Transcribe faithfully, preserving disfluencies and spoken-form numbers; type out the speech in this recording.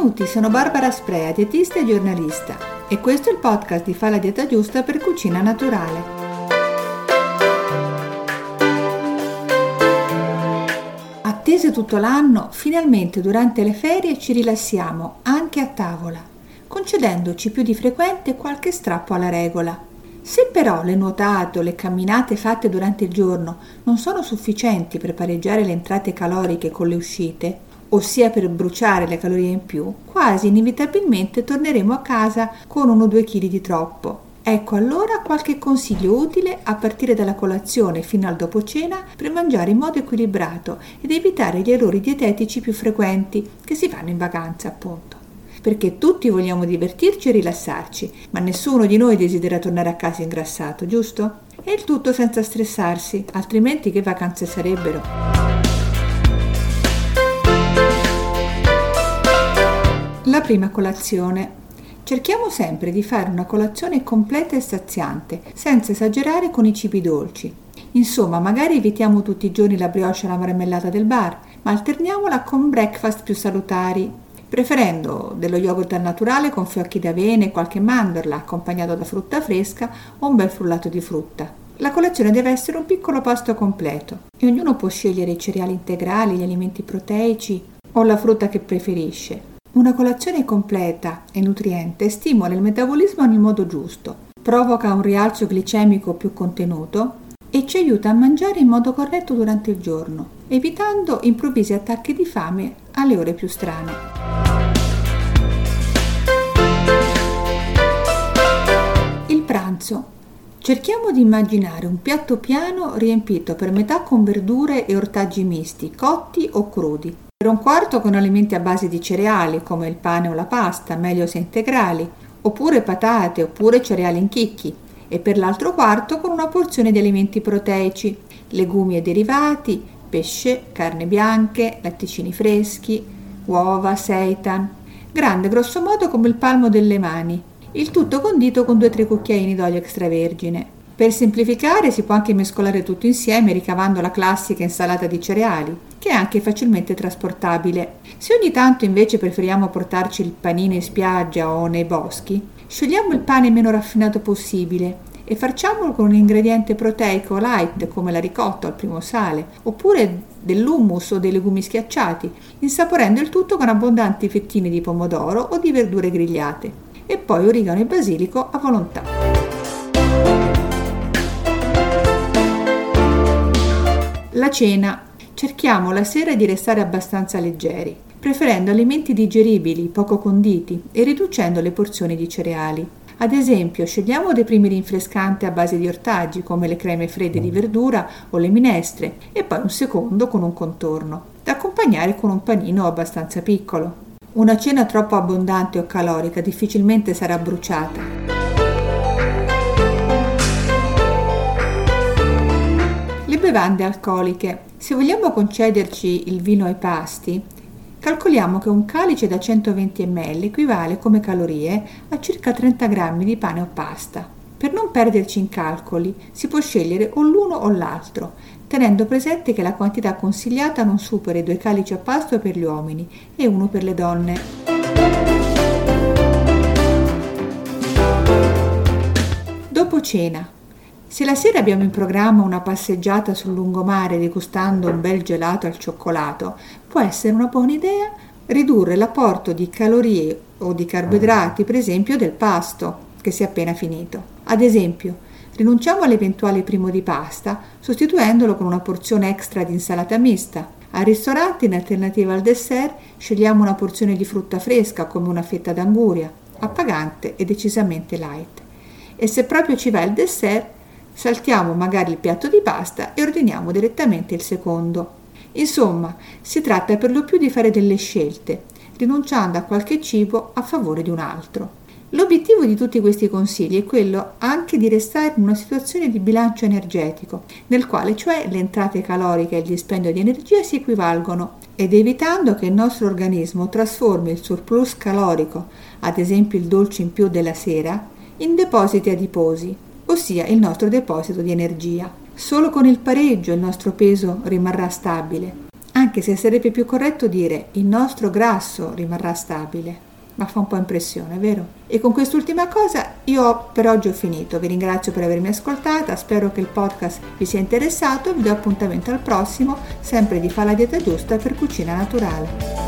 Benvenuti, sono Barbara Sprea, dietista e giornalista, e questo è il podcast di Fa la dieta giusta per cucina naturale. Attese tutto l'anno, finalmente durante le ferie ci rilassiamo anche a tavola, concedendoci più di frequente qualche strappo alla regola. Se però le nuotate o le camminate fatte durante il giorno non sono sufficienti per pareggiare le entrate caloriche con le uscite, ossia per bruciare le calorie in più, quasi inevitabilmente torneremo a casa con uno o due chili di troppo. Ecco allora qualche consiglio utile a partire dalla colazione fino al dopo cena per mangiare in modo equilibrato ed evitare gli errori dietetici più frequenti che si fanno in vacanza, appunto. Perché tutti vogliamo divertirci e rilassarci, ma nessuno di noi desidera tornare a casa ingrassato, giusto? E il tutto senza stressarsi, altrimenti che vacanze sarebbero? La prima colazione. Cerchiamo sempre di fare una colazione completa e saziante, senza esagerare con i cibi dolci. Insomma, magari evitiamo tutti i giorni la brioche alla marmellata del bar, ma alterniamola con breakfast più salutari, preferendo dello yogurt al naturale con fiocchi d'avena e qualche mandorla, accompagnato da frutta fresca o un bel frullato di frutta. La colazione deve essere un piccolo pasto completo e ognuno può scegliere i cereali integrali, gli alimenti proteici o la frutta che preferisce. Una colazione completa e nutriente stimola il metabolismo nel modo giusto, provoca un rialzo glicemico più contenuto e ci aiuta a mangiare in modo corretto durante il giorno, evitando improvvisi attacchi di fame alle ore più strane. Il pranzo. Cerchiamo di immaginare un piatto piano riempito per metà con verdure e ortaggi misti, cotti o crudi, per un quarto con alimenti a base di cereali come il pane o la pasta, meglio se integrali, oppure patate oppure cereali in chicchi, e per l'altro quarto con una porzione di alimenti proteici, legumi e derivati, pesce, carne bianche, latticini freschi, uova, seitan, grande grosso modo come il palmo delle mani, il tutto condito con due o tre cucchiaini d'olio extravergine. Per semplificare si può anche mescolare tutto insieme ricavando la classica insalata di cereali, che è anche facilmente trasportabile. Se ogni tanto invece preferiamo portarci il panino in spiaggia o nei boschi, scegliamo il pane meno raffinato possibile e facciamolo con un ingrediente proteico light come la ricotta o il primo sale, oppure dell'hummus o dei legumi schiacciati, insaporendo il tutto con abbondanti fettine di pomodoro o di verdure grigliate, e poi origano e basilico a volontà. La cena. Cerchiamo la sera di restare abbastanza leggeri, preferendo alimenti digeribili, poco conditi e riducendo le porzioni di cereali. Ad esempio, scegliamo dei primi rinfrescanti a base di ortaggi come le creme fredde di verdura o le minestre e poi un secondo con un contorno, da accompagnare con un panino abbastanza piccolo. Una cena troppo abbondante o calorica difficilmente sarà bruciata. Le bevande alcoliche. Se vogliamo concederci il vino ai pasti, calcoliamo che un calice da centoventi millilitri equivale come calorie a circa trenta grammi di pane o pasta. Per non perderci in calcoli, si può scegliere o l'uno o l'altro, tenendo presente che la quantità consigliata non supera i due calici a pasto per gli uomini e uno per le donne. Dopo cena. Se la sera abbiamo in programma una passeggiata sul lungomare degustando un bel gelato al cioccolato, può essere una buona idea ridurre l'apporto di calorie o di carboidrati, per esempio, del pasto che si è appena finito. Ad esempio, rinunciamo all'eventuale primo di pasta sostituendolo con una porzione extra di insalata mista. Al ristorante, in alternativa al dessert, scegliamo una porzione di frutta fresca come una fetta d'anguria, appagante e decisamente light. E se proprio ci va il dessert, saltiamo magari il piatto di pasta e ordiniamo direttamente il secondo. Insomma, si tratta per lo più di fare delle scelte, rinunciando a qualche cibo a favore di un altro. L'obiettivo di tutti questi consigli è quello anche di restare in una situazione di bilancio energetico, nel quale cioè le entrate caloriche e il dispendio di energia si equivalgono, ed evitando che il nostro organismo trasformi il surplus calorico, ad esempio il dolce in più della sera, in depositi adiposi, ossia il nostro deposito di energia. Solo con il pareggio il nostro peso rimarrà stabile, anche anche se sarebbe più corretto dire il nostro grasso rimarrà stabile, ma fa un po' impressione, vero? E con quest'ultima cosa io per oggi ho finito, vi ringrazio per avermi ascoltata, spero che il podcast vi sia interessato, vi do appuntamento al prossimo, sempre di Fa la dieta giusta per cucina naturale.